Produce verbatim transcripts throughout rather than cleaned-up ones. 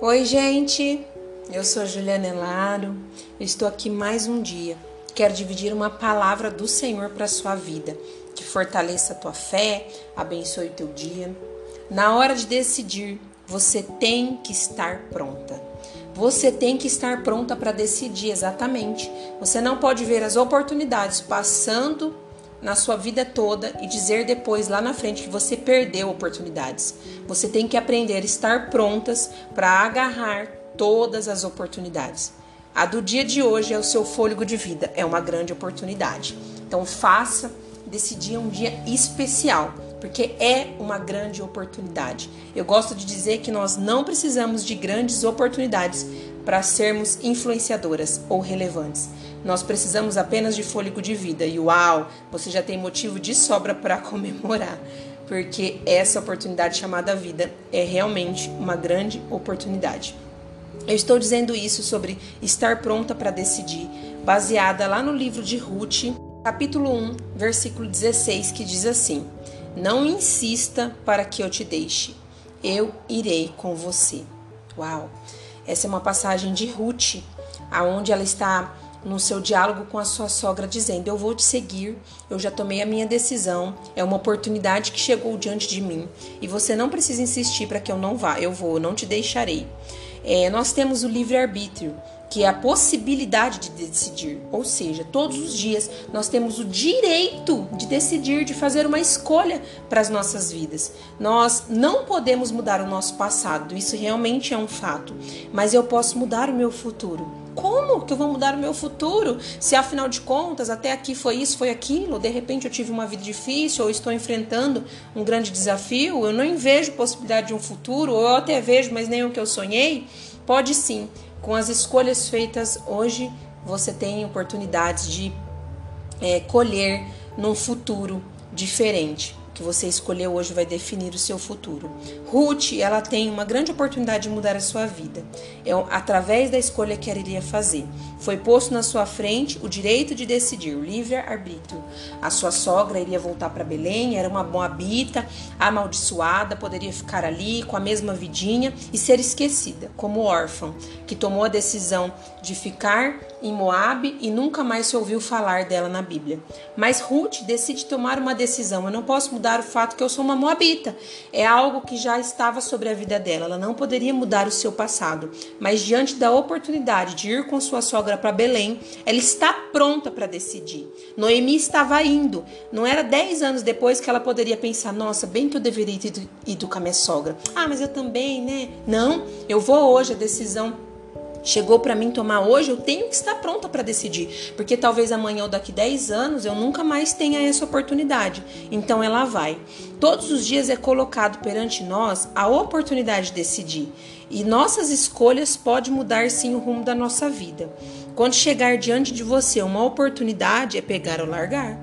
Oi, gente, eu sou a Juliana Elaro, eu estou aqui mais um dia. Quero dividir uma palavra do Senhor para a sua vida, que fortaleça a tua fé, abençoe o teu dia. Na hora de decidir, você tem que estar pronta. Você tem que estar pronta para decidir, exatamente. Você não pode ver as oportunidades passando na sua vida toda e dizer depois lá na frente que você perdeu oportunidades. Você tem que aprender a estar prontas para agarrar todas as oportunidades. A do dia de hoje é o seu fôlego de vida, é uma grande oportunidade. Então faça desse dia um dia especial, porque é uma grande oportunidade. Eu gosto de dizer que nós não precisamos de grandes oportunidades para sermos influenciadoras ou relevantes. Nós precisamos apenas de fôlego de vida. E uau, você já tem motivo de sobra para comemorar, porque essa oportunidade chamada vida é realmente uma grande oportunidade. Eu estou dizendo isso sobre estar pronta para decidir, baseada lá no livro de Ruth, capítulo um, versículo dezesseis, que diz assim: não insista para que eu te deixe, eu irei com você. Uau! Essa é uma passagem de Ruth, aonde ela está no seu diálogo com a sua sogra, dizendo: eu vou te seguir, eu já tomei a minha decisão, é uma oportunidade que chegou diante de mim, e você não precisa insistir para que eu não vá, eu vou, eu não te deixarei. É, nós temos o livre-arbítrio, que é a possibilidade de decidir, ou seja, todos os dias nós temos o direito de decidir, de fazer uma escolha para as nossas vidas. Nós não podemos mudar o nosso passado, isso realmente é um fato, mas eu posso mudar o meu futuro. Como que eu vou mudar o meu futuro? Se afinal de contas, até aqui foi isso, foi aquilo, de repente eu tive uma vida difícil, ou estou enfrentando um grande desafio, eu não vejo possibilidade de um futuro, ou eu até vejo, mas nem o que eu sonhei. Pode sim, com as escolhas feitas hoje, você tem oportunidades de é, colher num futuro diferente. Que você escolheu hoje vai definir o seu futuro. Ruth, ela tem uma grande oportunidade de mudar a sua vida. É através da escolha que ela iria fazer. Foi posto na sua frente o direito de decidir, o livre-arbítrio. A sua sogra iria voltar para Belém, era uma moabita, amaldiçoada, poderia ficar ali com a mesma vidinha e ser esquecida, como órfã, que tomou a decisão de ficar em Moabe e nunca mais se ouviu falar dela na Bíblia. Mas Ruth decide tomar uma decisão. Eu não posso mudar o fato que eu sou uma moabita. É algo que já estava sobre a vida dela. Ela não poderia mudar o seu passado. Mas diante da oportunidade de ir com sua sogra para Belém, ela está pronta para decidir. Noemi estava indo. Não era dez anos depois que ela poderia pensar: nossa, bem que eu deveria ter ido com a minha sogra. Ah, mas eu também, né? Não, eu vou hoje. A decisão chegou para mim tomar hoje, eu tenho que estar pronta para decidir, porque talvez amanhã ou daqui dez anos eu nunca mais tenha essa oportunidade. Então ela vai. Todos os dias é colocado perante nós a oportunidade de decidir, e nossas escolhas podem mudar sim o rumo da nossa vida. Quando chegar diante de você uma oportunidade, é pegar ou largar.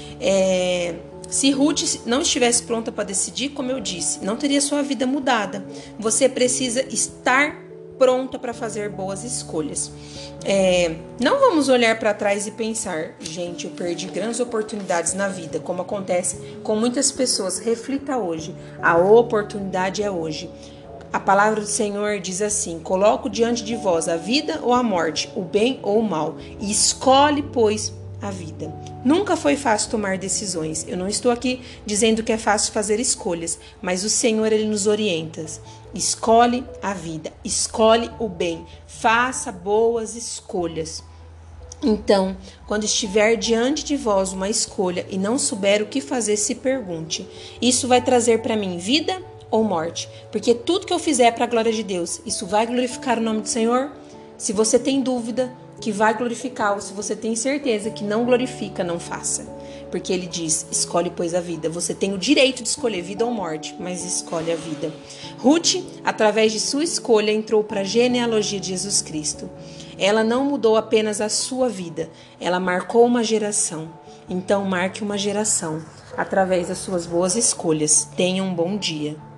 É... Se Ruth não estivesse pronta para decidir, como eu disse, não teria sua vida mudada. Você precisa estar pronta para fazer boas escolhas. É, não vamos olhar para trás e pensar: gente, eu perdi grandes oportunidades na vida, como acontece com muitas pessoas. Reflita hoje, a oportunidade é hoje. A palavra do Senhor diz assim: coloco diante de vós a vida ou a morte, o bem ou o mal, e escolhe, pois, a vida. Nunca foi fácil tomar decisões. Eu não estou aqui dizendo que é fácil fazer escolhas, mas o Senhor, Ele nos orienta. Escolhe a vida, escolhe o bem, faça boas escolhas. Então, quando estiver diante de vós uma escolha e não souber o que fazer, se pergunte: isso vai trazer para mim vida ou morte? Porque tudo que eu fizer é para a glória de Deus, isso vai glorificar o nome do Senhor? Se você tem dúvida que vai glorificar, ou se você tem certeza que não glorifica, não faça. Porque ele diz: escolhe, pois, a vida. Você tem o direito de escolher vida ou morte, mas escolhe a vida. Ruth, através de sua escolha, entrou para a genealogia de Jesus Cristo. Ela não mudou apenas a sua vida, ela marcou uma geração. Então, marque uma geração através das suas boas escolhas. Tenha um bom dia.